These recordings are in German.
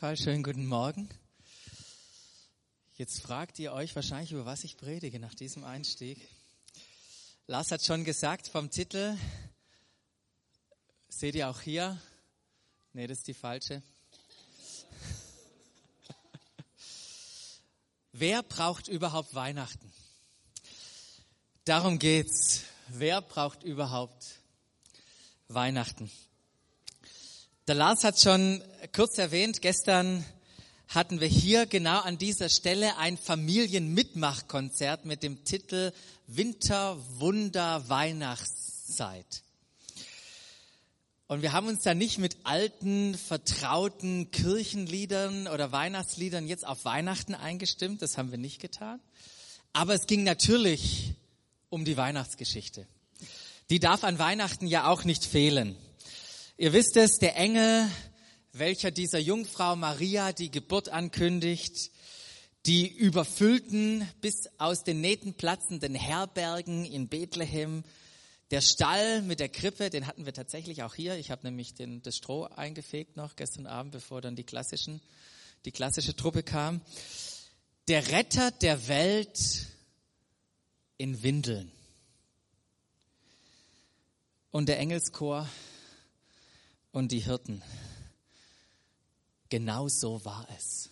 Schönen guten Morgen. Jetzt fragt ihr euch wahrscheinlich, über was ich predige nach diesem Einstieg. Lars hat schon gesagt, vom Titel, seht ihr auch hier, nee, das ist die falsche. Wer braucht überhaupt Weihnachten? Darum geht's. Wer braucht überhaupt Weihnachten? Der Lars hat schon kurz erwähnt, gestern hatten wir hier genau an dieser Stelle ein Familienmitmachkonzert mit dem Titel Winterwunder Weihnachtszeit. Und wir haben uns da nicht mit alten, vertrauten Kirchenliedern oder Weihnachtsliedern jetzt auf Weihnachten eingestimmt, das haben wir nicht getan. Aber es ging natürlich um die Weihnachtsgeschichte. Die darf an Weihnachten ja auch nicht fehlen. Ihr wisst es, der Engel, welcher dieser Jungfrau Maria die Geburt ankündigt, die überfüllten bis aus den Nähten platzenden Herbergen in Bethlehem, der Stall mit der Krippe, den hatten wir tatsächlich auch hier. Ich habe nämlich das Stroh eingefegt noch gestern Abend, bevor dann die klassische Truppe kam. Der Retter der Welt in Windeln. Und der Engelschor und die Hirten. Genau so war es.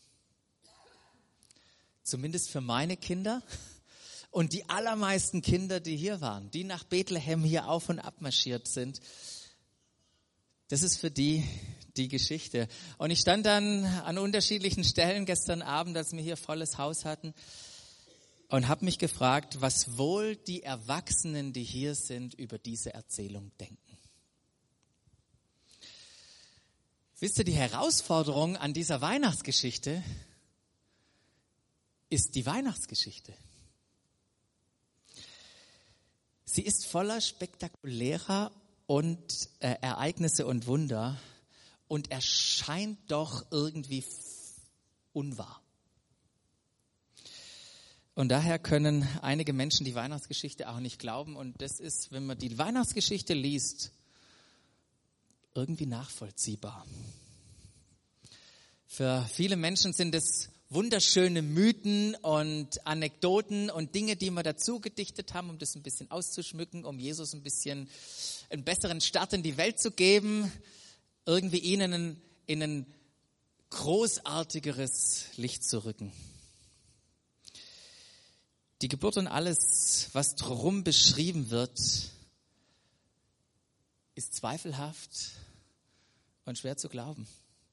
Zumindest für meine Kinder und die allermeisten Kinder, die hier waren, die nach Bethlehem hier auf und ab marschiert sind. Das ist für die Geschichte. Und ich stand dann an unterschiedlichen Stellen gestern Abend, als wir hier volles Haus hatten, und habe mich gefragt, was wohl die Erwachsenen, die hier sind, über diese Erzählung denken. Wisst ihr, die Herausforderung an dieser Weihnachtsgeschichte ist die Weihnachtsgeschichte. Sie ist voller spektakulärer Ereignisse und Wunder und erscheint doch irgendwie unwahr. Und daher können einige Menschen die Weihnachtsgeschichte auch nicht glauben. Und das ist, wenn man die Weihnachtsgeschichte liest, irgendwie nachvollziehbar. Für viele Menschen sind es wunderschöne Mythen und Anekdoten und Dinge, die wir dazu gedichtet haben, um das ein bisschen auszuschmücken, um Jesus ein bisschen einen besseren Start in die Welt zu geben, irgendwie ihnen in ein großartigeres Licht zu rücken. Die Geburt und alles, was drum beschrieben wird, ist zweifelhaft und schwer zu glauben.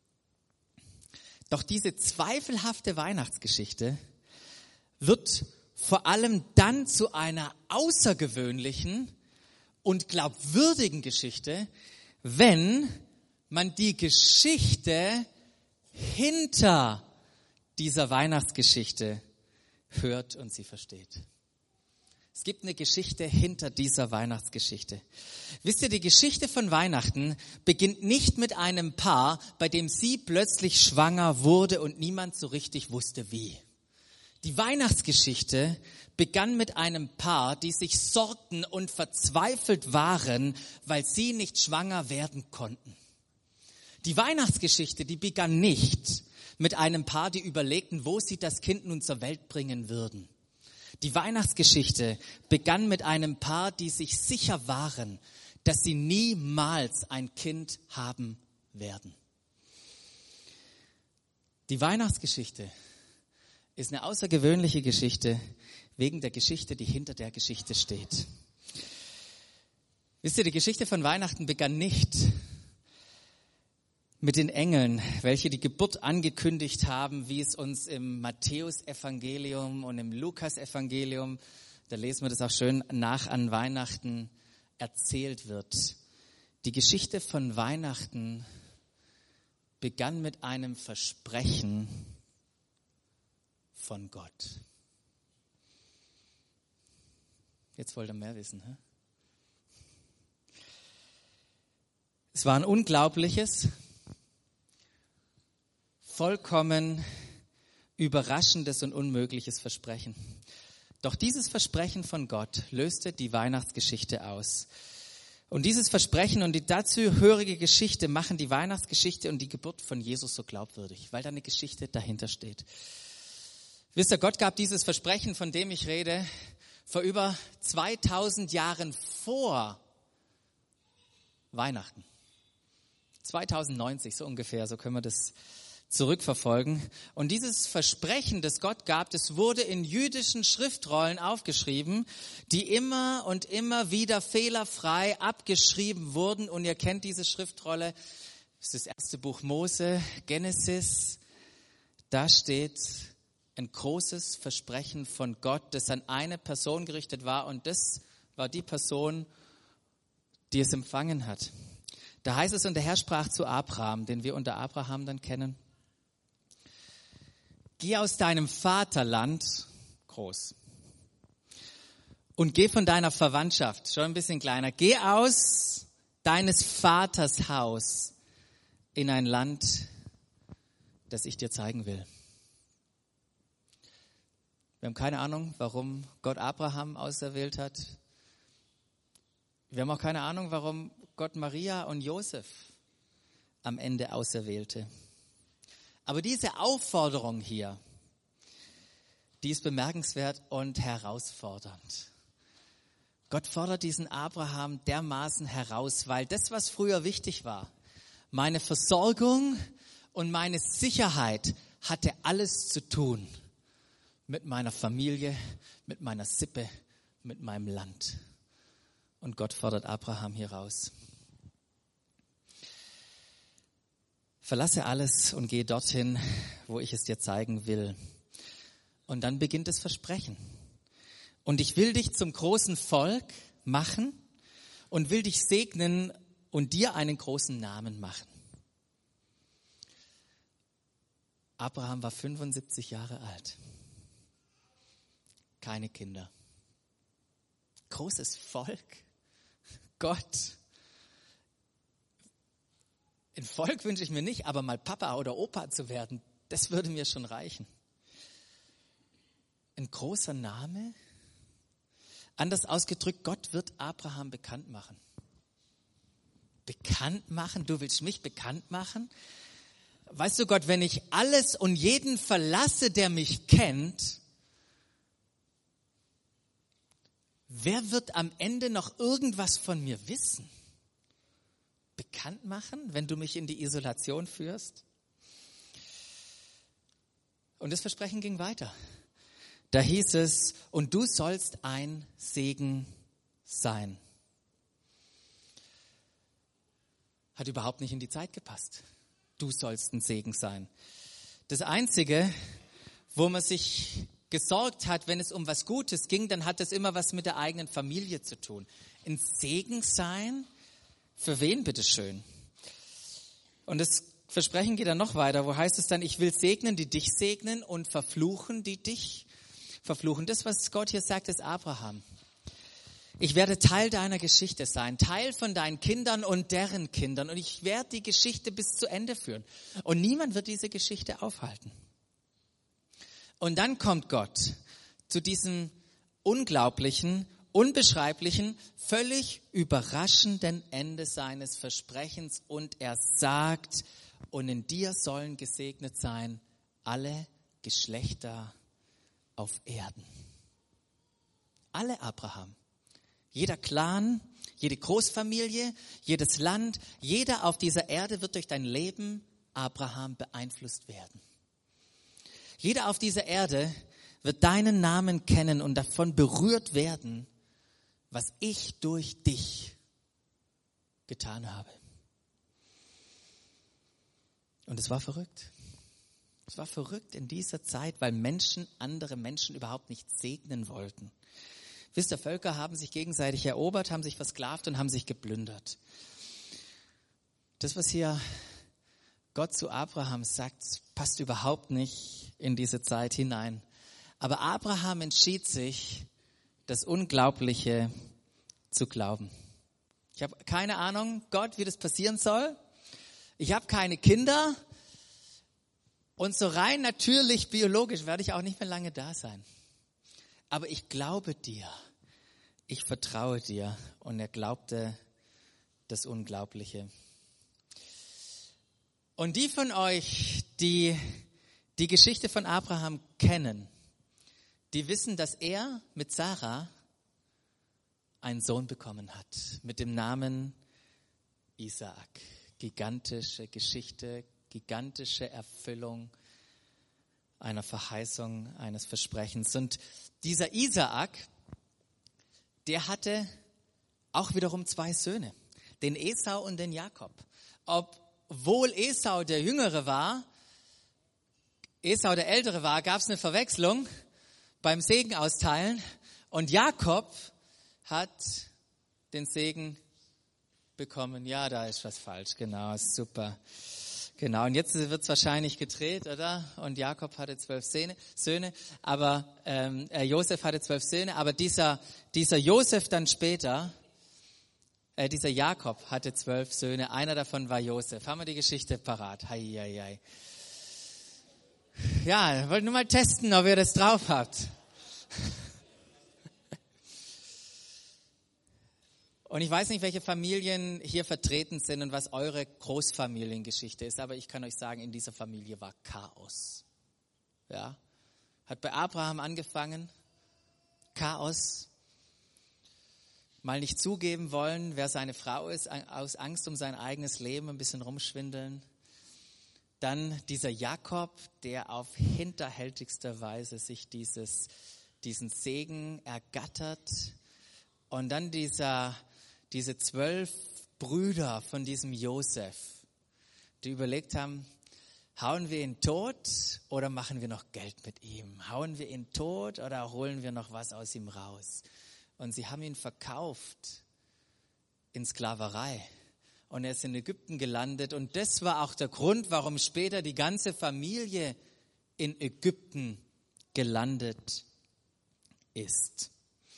Doch diese zweifelhafte Weihnachtsgeschichte wird vor allem dann zu einer außergewöhnlichen und glaubwürdigen Geschichte, wenn man die Geschichte hinter dieser Weihnachtsgeschichte hört und sie versteht. Es gibt eine Geschichte hinter dieser Weihnachtsgeschichte. Wisst ihr, die Geschichte von Weihnachten beginnt nicht mit einem Paar, bei dem sie plötzlich schwanger wurde und niemand so richtig wusste wie. Die Weihnachtsgeschichte begann mit einem Paar, die sich sorgten und verzweifelt waren, weil sie nicht schwanger werden konnten. Die Weihnachtsgeschichte, die begann nicht mit einem Paar, die überlegten, wo sie das Kind nun zur Welt bringen würden. Die Weihnachtsgeschichte begann mit einem Paar, die sich sicher waren, dass sie niemals ein Kind haben werden. Die Weihnachtsgeschichte ist eine außergewöhnliche Geschichte wegen der Geschichte, die hinter der Geschichte steht. Wisst ihr, die Geschichte von Weihnachten begann nicht mit den Engeln, welche die Geburt angekündigt haben, wie es uns im Matthäus-Evangelium und im Lukas-Evangelium, da lesen wir das auch schön nach an Weihnachten, erzählt wird. Die Geschichte von Weihnachten begann mit einem Versprechen von Gott. Jetzt wollt ihr mehr wissen, hä? Es war ein unglaubliches, vollkommen überraschendes und unmögliches Versprechen. Doch dieses Versprechen von Gott löste die Weihnachtsgeschichte aus. Und dieses Versprechen und die dazugehörige Geschichte machen die Weihnachtsgeschichte und die Geburt von Jesus so glaubwürdig, weil da eine Geschichte dahinter steht. Wisst ihr, Gott gab dieses Versprechen, von dem ich rede, vor über 2000 Jahren vor Weihnachten. 2090, so ungefähr, so können wir das zurückverfolgen. Und dieses Versprechen, das Gott gab, das wurde in jüdischen Schriftrollen aufgeschrieben, die immer und immer wieder fehlerfrei abgeschrieben wurden. Und ihr kennt diese Schriftrolle, das ist das erste Buch Mose, Genesis. Da steht ein großes Versprechen von Gott, das an eine Person gerichtet war. Und das war die Person, die es empfangen hat. Da heißt es, und der Herr sprach zu Abraham, den wir unter Abraham dann kennen: Geh aus deinem Vaterland, groß, und geh von deiner Verwandtschaft, schon ein bisschen kleiner, geh aus deines Vaters Haus in ein Land, das ich dir zeigen will. Wir haben keine Ahnung, warum Gott Abraham auserwählt hat. Wir haben auch keine Ahnung, warum Gott Maria und Josef am Ende auserwählte. Aber diese Aufforderung hier, die ist bemerkenswert und herausfordernd. Gott fordert diesen Abraham dermaßen heraus, weil das, was früher wichtig war, meine Versorgung und meine Sicherheit, hatte alles zu tun mit meiner Familie, mit meiner Sippe, mit meinem Land. Und Gott fordert Abraham hier raus. Verlasse alles und geh dorthin, wo ich es dir zeigen will. Und dann beginnt das Versprechen. Und ich will dich zum großen Volk machen und will dich segnen und dir einen großen Namen machen. Abraham war 75 Jahre alt. Keine Kinder. Großes Volk. Gott. Ein Volk wünsche ich mir nicht, aber mal Papa oder Opa zu werden, das würde mir schon reichen. Ein großer Name. Anders ausgedrückt, Gott wird Abraham bekannt machen. Bekannt machen? Du willst mich bekannt machen? Weißt du, Gott, wenn ich alles und jeden verlasse, der mich kennt, wer wird am Ende noch irgendwas von mir wissen? Bekannt machen, wenn du mich in die Isolation führst? Und das Versprechen ging weiter. Da hieß es, und du sollst ein Segen sein. Hat überhaupt nicht in die Zeit gepasst. Du sollst ein Segen sein. Das Einzige, wo man sich gesorgt hat, wenn es um was Gutes ging, dann hat das immer was mit der eigenen Familie zu tun. Ein Segen sein? Für wen, bitteschön? Und das Versprechen geht dann noch weiter. Wo heißt es dann, ich will segnen, die dich segnen und verfluchen, die dich verfluchen. Das, was Gott hier sagt, ist Abraham. Ich werde Teil deiner Geschichte sein, Teil von deinen Kindern und deren Kindern. Und ich werde die Geschichte bis zu Ende führen. Und niemand wird diese Geschichte aufhalten. Und dann kommt Gott zu diesem unglaublichen, unbeschreiblichen, völlig überraschenden Ende seines Versprechens und er sagt, und in dir sollen gesegnet sein alle Geschlechter auf Erden. Alle Abraham. Jeder Clan, jede Großfamilie, jedes Land, jeder auf dieser Erde wird durch dein Leben, Abraham, beeinflusst werden. Jeder auf dieser Erde wird deinen Namen kennen und davon berührt werden, was ich durch dich getan habe. Und es war verrückt. Es war verrückt in dieser Zeit, weil Menschen andere Menschen überhaupt nicht segnen wollten. Wisst ihr, Völker haben sich gegenseitig erobert, haben sich versklavt und haben sich geplündert. Das, was hier Gott zu Abraham sagt, passt überhaupt nicht in diese Zeit hinein. Aber Abraham entschied sich, das Unglaubliche zu glauben. Ich habe keine Ahnung, Gott, wie das passieren soll. Ich habe keine Kinder. Und so rein natürlich, biologisch werde ich auch nicht mehr lange da sein. Aber ich glaube dir. Ich vertraue dir. Und er glaubte das Unglaubliche. Und die von euch, die die Geschichte von Abraham kennen, die wissen, dass er mit Sarah einen Sohn bekommen hat mit dem Namen Isaak. Gigantische Geschichte, gigantische Erfüllung einer Verheißung, eines Versprechens. Und dieser Isaak, der hatte auch wiederum 2 Söhne, den Esau und den Jakob. Obwohl Esau der Jüngere war, Esau der Ältere war, gab es eine Verwechslung beim Segen austeilen und Jakob hat den Segen bekommen. Ja, da ist was falsch, genau, super. Genau, und jetzt wird es wahrscheinlich gedreht, oder? Und Jakob hatte 12 Söhne, aber Josef hatte 12 Söhne, aber dieser Josef dann später, dieser Jakob hatte 12 Söhne, einer davon war Josef. Haben wir die Geschichte parat? Hei, hei, hei. Ja, ich wollte nur mal testen, ob ihr das drauf habt. Und ich weiß nicht, welche Familien hier vertreten sind und was eure Großfamiliengeschichte ist, aber ich kann euch sagen, in dieser Familie war Chaos. Ja, hat bei Abraham angefangen, Chaos, mal nicht zugeben wollen, wer seine Frau ist, aus Angst um sein eigenes Leben ein bisschen rumschwindeln. Dann dieser Jakob, der auf hinterhältigster Weise sich diesen Segen ergattert. Und dann diese 12 Brüder von diesem Josef, die überlegt haben, hauen wir ihn tot oder machen wir noch Geld mit ihm? Hauen wir ihn tot oder holen wir noch was aus ihm raus? Und sie haben ihn verkauft in Sklaverei. Und er ist in Ägypten gelandet. Und das war auch der Grund, warum später die ganze Familie in Ägypten gelandet ist.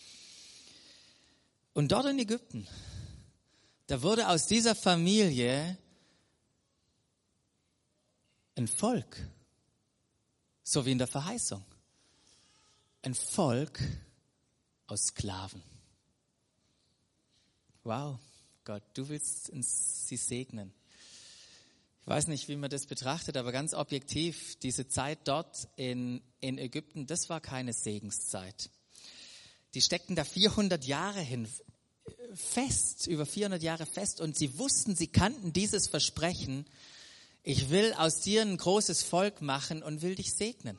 Und dort in Ägypten, da wurde aus dieser Familie ein Volk, so wie in der Verheißung. Ein Volk aus Sklaven. Wow. Gott, du willst sie segnen. Ich weiß nicht, wie man das betrachtet, aber ganz objektiv, diese Zeit dort in Ägypten, das war keine Segenszeit. Die steckten da 400 Jahre hin fest, über 400 Jahre fest und sie wussten, sie kannten dieses Versprechen, ich will aus dir ein großes Volk machen und will dich segnen.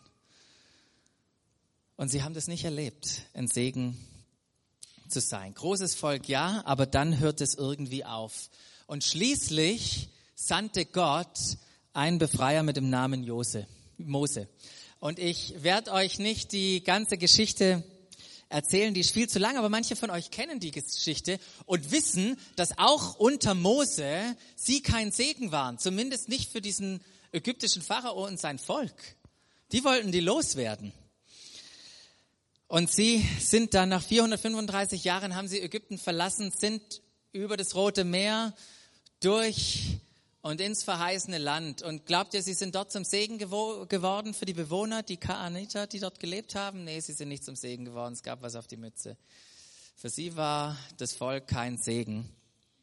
Und sie haben das nicht erlebt, ein Segen zu sein. Großes Volk, ja, aber dann hört es irgendwie auf. Und schließlich sandte Gott einen Befreier mit dem Namen Mose. Und ich werde euch nicht die ganze Geschichte erzählen, die ist viel zu lang, aber manche von euch kennen die Geschichte und wissen, dass auch unter Mose sie kein Segen waren, zumindest nicht für diesen ägyptischen Pharao und sein Volk. Die wollten die loswerden. Und sie sind dann nach 435 Jahren, haben sie Ägypten verlassen, sind über das Rote Meer durch und ins verheißene Land. Und glaubt ihr, sie sind dort zum Segen geworden für die Bewohner, die Kanaaniter, die dort gelebt haben? Nee, sie sind nicht zum Segen geworden, es gab was auf die Mütze. Für sie war das Volk kein Segen.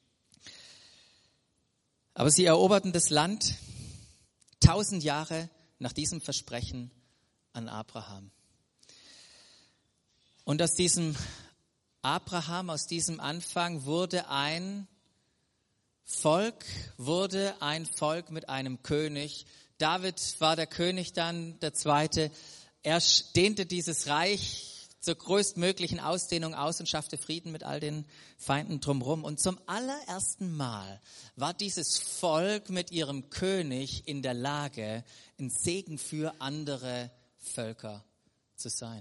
Aber sie eroberten das Land 1000 Jahre nach diesem Versprechen an Abraham. Und aus diesem Abraham, aus diesem Anfang wurde ein Volk mit einem König. David war der König dann, der Zweite. Er dehnte dieses Reich zur größtmöglichen Ausdehnung aus und schaffte Frieden mit all den Feinden drumherum. Und zum allerersten Mal war dieses Volk mit ihrem König in der Lage, ein Segen für andere Völker zu sein.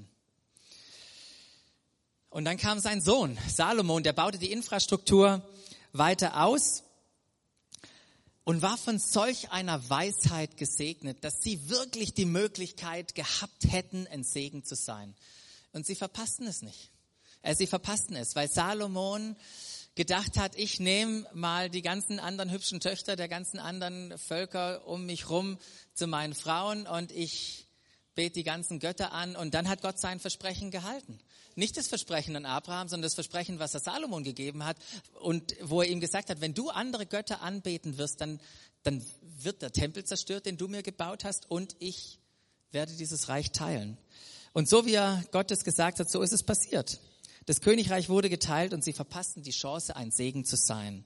Und dann kam sein Sohn, Salomon, der baute die Infrastruktur weiter aus und war von solch einer Weisheit gesegnet, dass sie wirklich die Möglichkeit gehabt hätten, ein Segen zu sein. Und sie verpassten es nicht. Sie verpassten es, weil Salomon gedacht hat, ich nehme mal die ganzen anderen hübschen Töchter der ganzen anderen Völker um mich rum zu meinen Frauen und ich bet die ganzen Götter an und dann hat Gott sein Versprechen gehalten. Nicht das Versprechen an Abraham, sondern das Versprechen, was er Salomon gegeben hat und wo er ihm gesagt hat, wenn du andere Götter anbeten wirst, dann wird der Tempel zerstört, den du mir gebaut hast und ich werde dieses Reich teilen. Und so wie er Gott es gesagt hat, so ist es passiert. Das Königreich wurde geteilt und sie verpassten die Chance, ein Segen zu sein.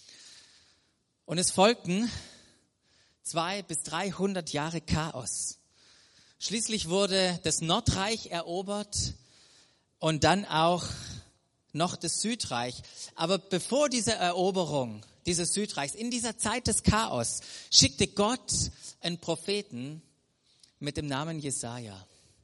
Und es folgten 200 bis 300 Jahre Chaos. Schließlich wurde das Nordreich erobert und dann auch noch das Südreich. Aber bevor diese Eroberung dieses Südreichs, in dieser Zeit des Chaos, schickte Gott einen Propheten mit dem Namen Jesaja.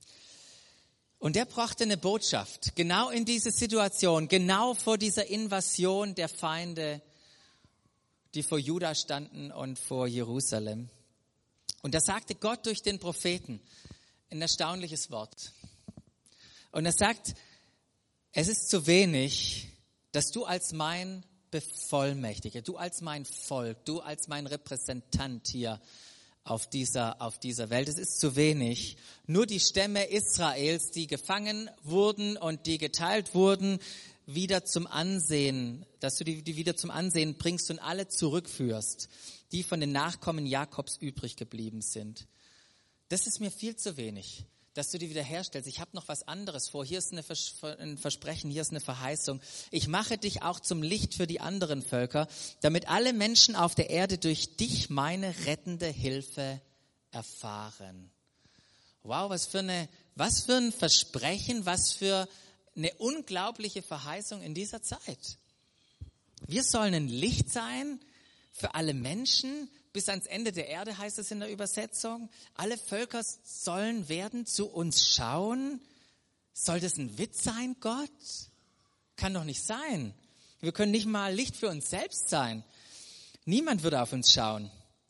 Und der brachte eine Botschaft, genau in diese Situation, genau vor dieser Invasion der Feinde, die vor Juda standen und vor Jerusalem. Und da sagte Gott durch den Propheten ein erstaunliches Wort. Und er sagt, es ist zu wenig, dass du als mein Bevollmächtiger, du als mein Volk, du als mein Repräsentant hier auf dieser Welt. Es ist zu wenig. Nur die Stämme Israels, die gefangen wurden und die geteilt wurden, wieder zum Ansehen, dass du die wieder zum Ansehen bringst und alle zurückführst, die von den Nachkommen Jakobs übrig geblieben sind. Das ist mir viel zu wenig, dass du die wiederherstellst. Ich habe noch was anderes vor. Hier ist ein Versprechen, hier ist eine Verheißung. Ich mache dich auch zum Licht für die anderen Völker, damit alle Menschen auf der Erde durch dich meine rettende Hilfe erfahren. Wow, was für ein Versprechen, was für eine unglaubliche Verheißung in dieser Zeit. Wir sollen ein Licht sein für alle Menschen, bis ans Ende der Erde heißt es in der Übersetzung. Alle Völker sollen werden zu uns schauen. Soll das ein Witz sein, Gott? Kann doch nicht sein. Wir können nicht mal Licht für uns selbst sein. Niemand würde auf uns schauen.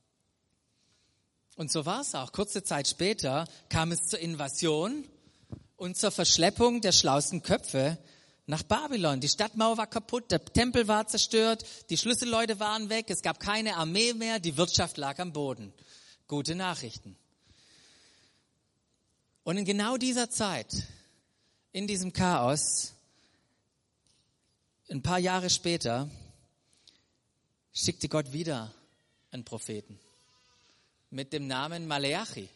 Und so war es auch. Kurze Zeit später kam es zur Invasion und zur Verschleppung der schlauesten Köpfe nach Babylon. Die Stadtmauer war kaputt, der Tempel war zerstört, die Schlüsselleute waren weg, es gab keine Armee mehr, die Wirtschaft lag am Boden. Gute Nachrichten. Und in genau dieser Zeit, in diesem Chaos, ein paar Jahre später, schickte Gott wieder einen Propheten mit dem Namen Maleachi.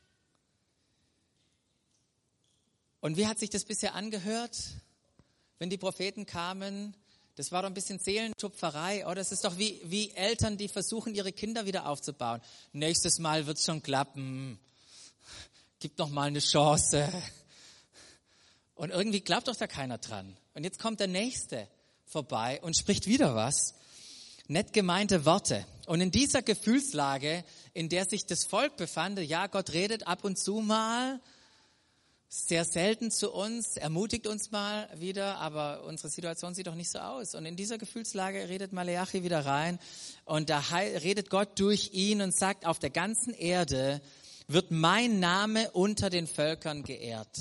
Und wie hat sich das bisher angehört, wenn die Propheten kamen? Das war doch ein bisschen Seelentupferei, oder? Das ist doch wie Eltern, die versuchen, ihre Kinder wieder aufzubauen. Nächstes Mal wird's schon klappen. Gib noch mal eine Chance. Und irgendwie glaubt doch da keiner dran. Und jetzt kommt der Nächste vorbei und spricht wieder was. Nett gemeinte Worte. Und in dieser Gefühlslage, in der sich das Volk befand, ja, Gott redet ab und zu mal, sehr selten zu uns, ermutigt uns mal wieder, aber unsere Situation sieht doch nicht so aus. Und in dieser Gefühlslage redet Maleachi wieder rein und da redet Gott durch ihn und sagt, auf der ganzen Erde wird mein Name unter den Völkern geehrt.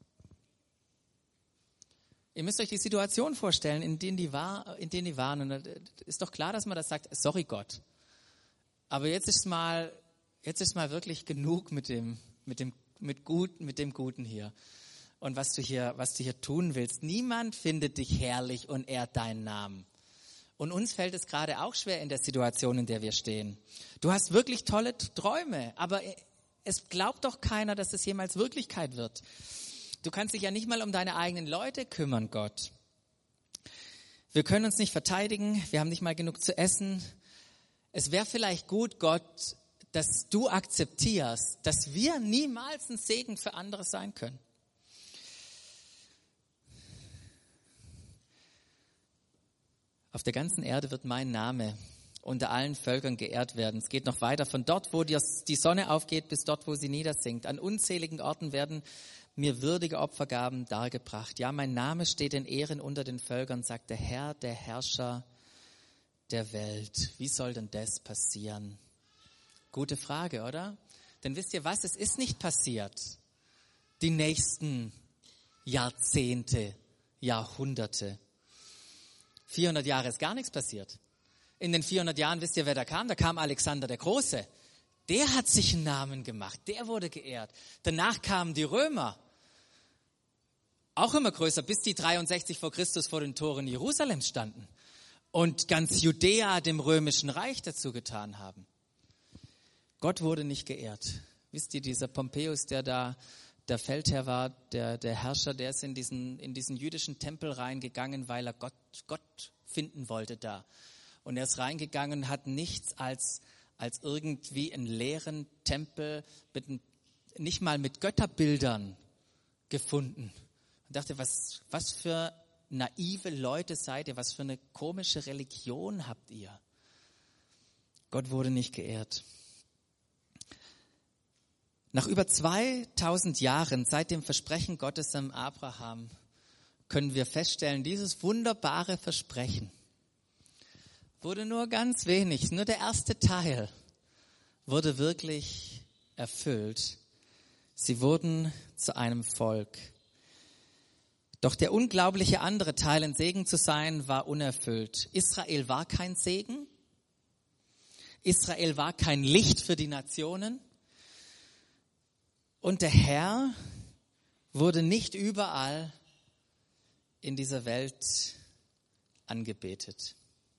Ihr müsst euch die Situation vorstellen, in denen die waren. Und ist doch klar, dass man das sagt, sorry Gott. Aber jetzt ist mal wirklich genug mit dem Guten hier. Und was du hier tun willst. Niemand findet dich herrlich und ehrt deinen Namen. Und uns fällt es gerade auch schwer in der Situation, in der wir stehen. Du hast wirklich tolle Träume, aber es glaubt doch keiner, dass es jemals Wirklichkeit wird. Du kannst dich ja nicht mal um deine eigenen Leute kümmern, Gott. Wir können uns nicht verteidigen, wir haben nicht mal genug zu essen. Es wäre vielleicht gut, Gott, dass du akzeptierst, dass wir niemals ein Segen für andere sein können. Auf der ganzen Erde wird mein Name unter allen Völkern geehrt werden. Es geht noch weiter, von dort, wo die Sonne aufgeht, bis dort, wo sie niedersinkt. An unzähligen Orten werden mir würdige Opfergaben dargebracht. Ja, mein Name steht in Ehren unter den Völkern, sagt der Herr, der Herrscher der Welt. Wie soll denn das passieren? Gute Frage, oder? Denn wisst ihr was? Es ist nicht passiert. Die nächsten Jahrzehnte, Jahrhunderte. 400 Jahre ist gar nichts passiert. In den 400 Jahren, wisst ihr, wer da kam? Da kam Alexander der Große. Der hat sich einen Namen gemacht, der wurde geehrt. Danach kamen die Römer, auch immer größer, bis die 63 vor Christus vor den Toren Jerusalems standen und ganz Judäa dem römischen Reich dazu getan haben. Gott wurde nicht geehrt. Wisst ihr, dieser Pompeius, der da der Feldherr war, der Herrscher, der ist in diesen jüdischen Tempel reingegangen, weil er Gott finden wollte da. Und er ist reingegangen und hat nichts als irgendwie einen leeren Tempel, nicht mal mit Götterbildern gefunden. Und dachte, was für naive Leute seid ihr, was für eine komische Religion habt ihr? Gott wurde nicht geehrt. Nach über 2000 Jahren seit dem Versprechen Gottes an Abraham können wir feststellen, dieses wunderbare Versprechen wurde nur ganz wenig, nur der erste Teil wurde wirklich erfüllt. Sie wurden zu einem Volk. Doch der unglaubliche andere Teil, ein Segen zu sein, war unerfüllt. Israel war kein Segen. Israel war kein Licht für die Nationen. Und der Herr wurde nicht überall in dieser Welt angebetet.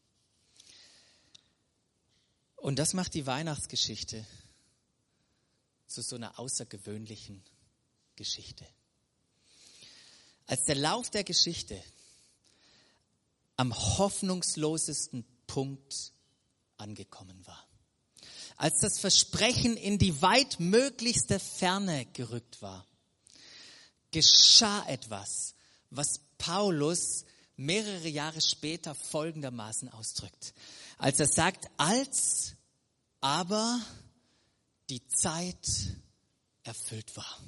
Und das macht die Weihnachtsgeschichte zu so einer außergewöhnlichen Geschichte. Als der Lauf der Geschichte am hoffnungslosesten Punkt angekommen war, als das Versprechen in die weitmöglichste Ferne gerückt war, geschah etwas, was Paulus mehrere Jahre später folgendermaßen ausdrückt. Als er sagt, als aber die Zeit erfüllt war.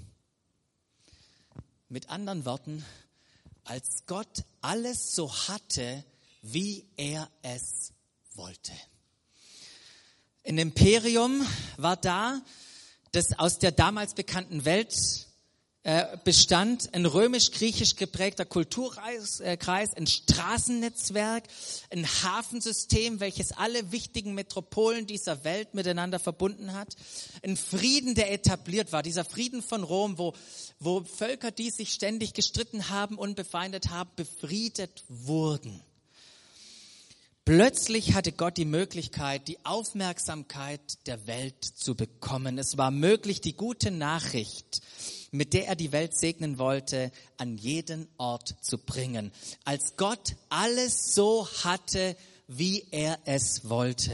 Mit anderen Worten, als Gott alles so hatte, wie er es wollte. Ein Imperium war da, das aus der damals bekannten Welt bestand, ein römisch-griechisch geprägter Kulturkreis, ein Straßennetzwerk, ein Hafensystem, welches alle wichtigen Metropolen dieser Welt miteinander verbunden hat. Ein Frieden, der etabliert war, dieser Frieden von Rom, wo Völker, die sich ständig gestritten haben und befeindet haben, befriedet wurden. Plötzlich hatte Gott die Möglichkeit, die Aufmerksamkeit der Welt zu bekommen. Es war möglich, die gute Nachricht, mit der er die Welt segnen wollte, an jeden Ort zu bringen. Als Gott alles so hatte, wie er es wollte.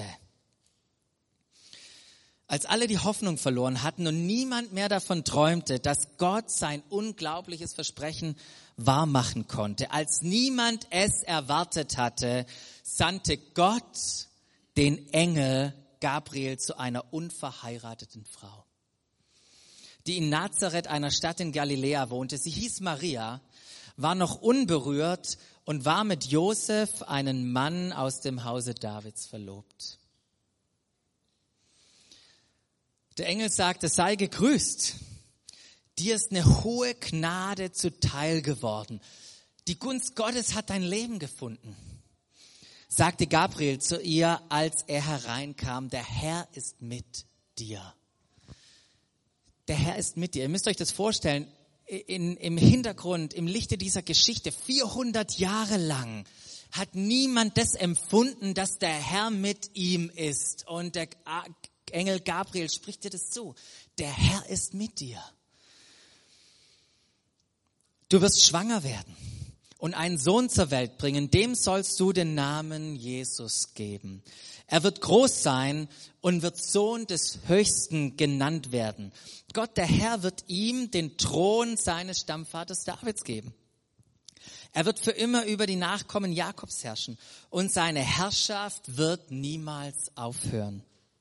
Als alle die Hoffnung verloren hatten und niemand mehr davon träumte, dass Gott sein unglaubliches Versprechen wahrmachen konnte, als niemand es erwartet hatte, sandte Gott den Engel Gabriel zu einer unverheirateten Frau, die in Nazareth, einer Stadt in Galiläa, wohnte. Sie hieß Maria, war noch unberührt und war mit Josef, einem Mann aus dem Hause Davids, verlobt. Der Engel sagte, sei gegrüßt. Dir ist eine hohe Gnade zuteil geworden. Die Gunst Gottes hat dein Leben gefunden. Sagte Gabriel zu ihr, als er hereinkam, der Herr ist mit dir. Der Herr ist mit dir. Ihr müsst euch das vorstellen, im Hintergrund, im Lichte dieser Geschichte, 400 Jahre lang hat niemand das empfunden, dass der Herr mit ihm ist. Und der Engel Gabriel spricht dir das zu. Der Herr ist mit dir. Du wirst schwanger werden und einen Sohn zur Welt bringen. Dem sollst du den Namen Jesus geben. Er wird groß sein und wird Sohn des Höchsten genannt werden. Gott, der Herr, wird ihm den Thron seines Stammvaters Davids geben. Er wird für immer über die Nachkommen Jakobs herrschen und seine Herrschaft wird niemals aufhören.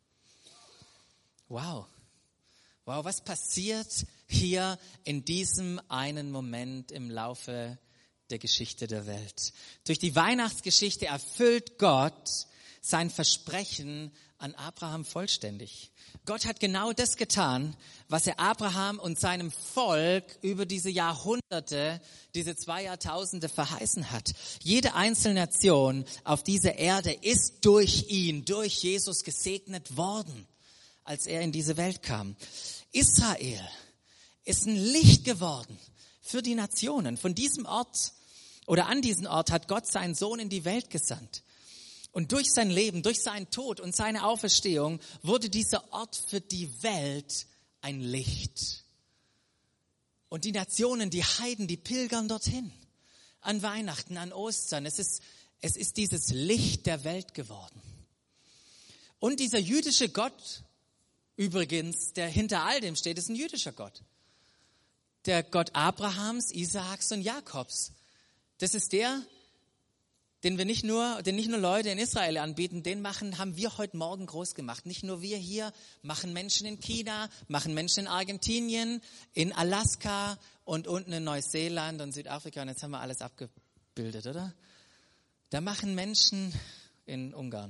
Wow. Wow, was passiert hier in diesem einen Moment im Laufe der Geschichte der Welt? Durch die Weihnachtsgeschichte erfüllt Gott sein Versprechen an Abraham vollständig. Gott hat genau das getan, was er Abraham und seinem Volk über diese Jahrhunderte, diese 2 Jahrtausende verheißen hat. Jede einzelne Nation auf dieser Erde ist durch ihn, durch Jesus gesegnet worden. als er in diese Welt kam. Israel ist ein Licht geworden für die Nationen. Von diesem Ort oder an diesen Ort hat Gott seinen Sohn in die Welt gesandt. Und durch sein Leben, durch seinen Tod und seine Auferstehung wurde dieser Ort für die Welt ein Licht. Und die Nationen, die Heiden, die pilgern dorthin. An Weihnachten, an Ostern. Es ist dieses Licht der Welt geworden. Und dieser jüdische Gott, übrigens, der hinter all dem steht, ist ein jüdischer Gott. Der Gott Abrahams, Isaaks und Jakobs. Das ist der, den nicht nur Leute in Israel anbieten, haben wir heute Morgen groß gemacht. Nicht nur wir hier, machen Menschen in China, machen Menschen in Argentinien, in Alaska und unten in Neuseeland und Südafrika. Und jetzt haben wir alles abgebildet, oder? Da machen Menschen in Ungarn.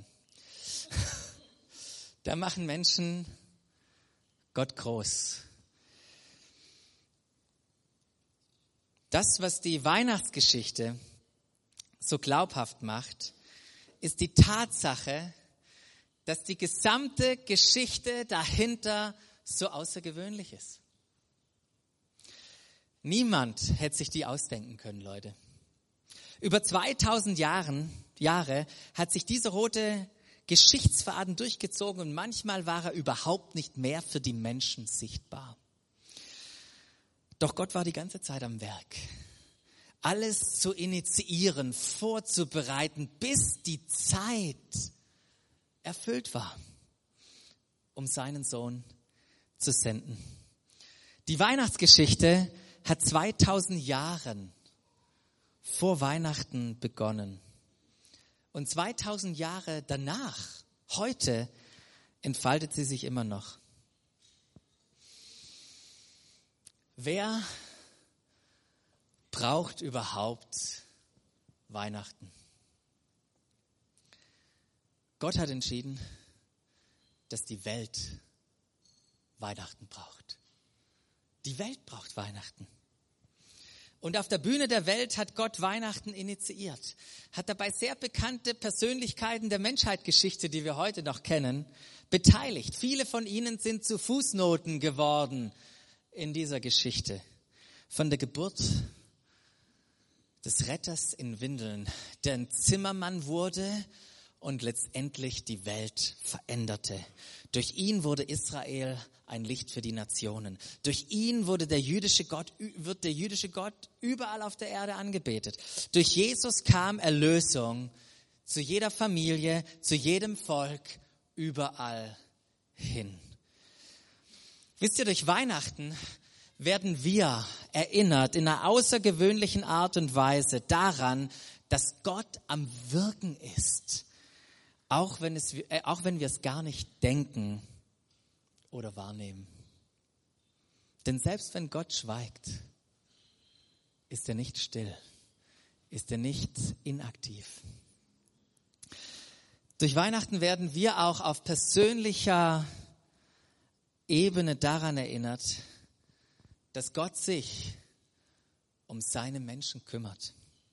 Da machen Menschen Gott groß. Das, was die Weihnachtsgeschichte so glaubhaft macht, ist die Tatsache, dass die gesamte Geschichte dahinter so außergewöhnlich ist. Niemand hätte sich die ausdenken können, Leute. Über 2000 Jahre hat sich dieser rote Geschichtsfaden durchgezogen und manchmal war er überhaupt nicht mehr für die Menschen sichtbar. Doch Gott war die ganze Zeit am Werk. Alles zu initiieren, vorzubereiten, bis die Zeit erfüllt war, um seinen Sohn zu senden. Die Weihnachtsgeschichte hat 2000 Jahren vor Weihnachten begonnen. Und 2000 Jahre danach, heute, entfaltet sie sich immer noch. Wer braucht überhaupt Weihnachten? Gott hat entschieden, dass die Welt Weihnachten braucht. Die Welt braucht Weihnachten. Und auf der Bühne der Welt hat Gott Weihnachten initiiert, hat dabei sehr bekannte Persönlichkeiten der Menschheitsgeschichte, die wir heute noch kennen, beteiligt. Viele von ihnen sind zu Fußnoten geworden in dieser Geschichte. Von der Geburt des Retters in Windeln, der ein Zimmermann wurde und letztendlich die Welt veränderte. Durch ihn wurde Israel ein Licht für die Nationen. Durch ihn wird der jüdische Gott überall auf der Erde angebetet. Durch Jesus kam Erlösung zu jeder Familie, zu jedem Volk, überall hin. Wisst ihr, durch Weihnachten werden wir erinnert in einer außergewöhnlichen Art und Weise daran, dass Gott am Wirken ist, auch wenn wir es gar nicht denken oder wahrnehmen. Denn selbst wenn Gott schweigt, ist er nicht still, ist er nicht inaktiv. Durch Weihnachten werden wir auch auf persönlicher Ebene daran erinnert, dass Gott sich um seine Menschen kümmert.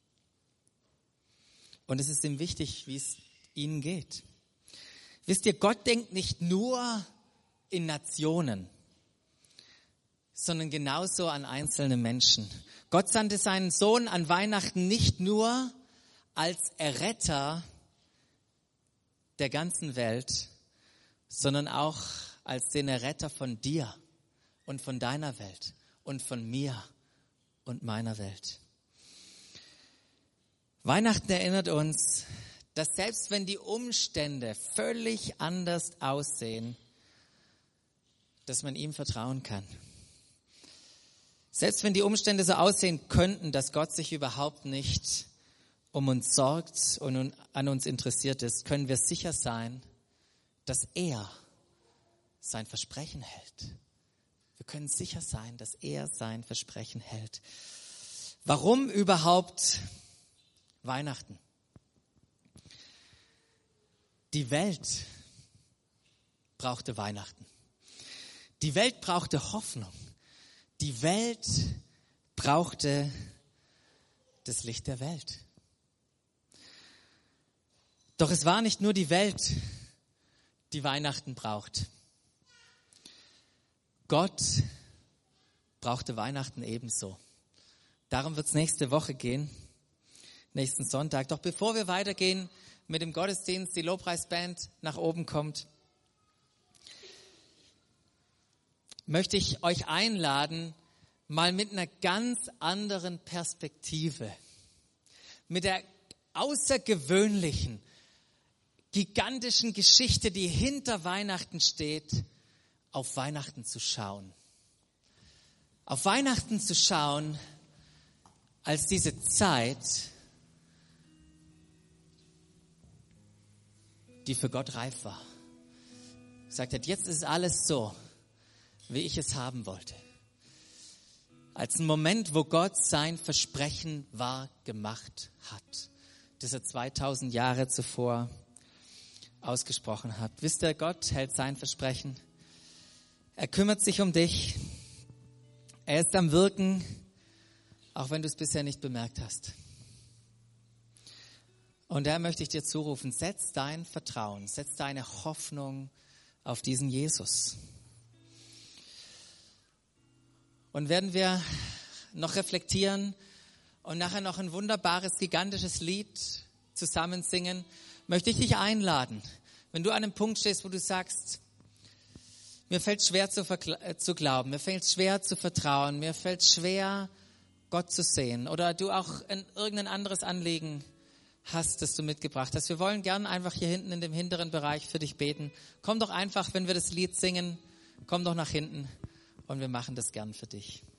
Und es ist ihm wichtig, wie es ihnen geht. Wisst ihr, Gott denkt nicht nur in Nationen, sondern genauso an einzelne Menschen. Gott sandte seinen Sohn an Weihnachten nicht nur als Erretter der ganzen Welt, sondern auch als den Erretter von dir und von deiner Welt und von mir und meiner Welt. Weihnachten erinnert uns, dass selbst wenn die Umstände völlig anders aussehen, dass man ihm vertrauen kann. Selbst wenn die Umstände so aussehen könnten, dass Gott sich überhaupt nicht um uns sorgt und an uns interessiert ist, können wir sicher sein, dass er sein Versprechen hält. Wir können sicher sein, dass er sein Versprechen hält. Warum überhaupt Weihnachten? Die Welt brauchte Weihnachten. Die Welt brauchte Hoffnung. Die Welt brauchte das Licht der Welt. Doch es war nicht nur die Welt, die Weihnachten braucht. Gott brauchte Weihnachten ebenso. Darum wird es nächste Woche gehen, nächsten Sonntag. Doch bevor wir weitergehen mit dem Gottesdienst, die Lobpreisband nach oben kommt, möchte ich euch einladen, mal mit einer ganz anderen Perspektive, mit der außergewöhnlichen, gigantischen Geschichte, die hinter Weihnachten steht, auf Weihnachten zu schauen. Auf Weihnachten zu schauen als diese Zeit, die für Gott reif war. Er sagt, jetzt ist alles so, wie ich es haben wollte. Als ein Moment, wo Gott sein Versprechen wahr gemacht hat, das er 2000 Jahre zuvor ausgesprochen hat. Wisst ihr, Gott hält sein Versprechen. Er kümmert sich um dich. Er ist am Wirken, auch wenn du es bisher nicht bemerkt hast. Und da möchte ich dir zurufen, setz dein Vertrauen, setz deine Hoffnung auf diesen Jesus. Und werden wir noch reflektieren und nachher noch ein wunderbares, gigantisches Lied zusammen singen, möchte ich dich einladen, wenn du an einem Punkt stehst, wo du sagst, mir fällt schwer zu glauben, mir fällt schwer zu vertrauen, mir fällt schwer, Gott zu sehen, oder du auch irgendein anderes Anliegen hast, das du mitgebracht hast. Wir wollen gern einfach hier hinten in dem hinteren Bereich für dich beten. Komm doch einfach, wenn wir das Lied singen, komm doch nach hinten und wir machen das gern für dich.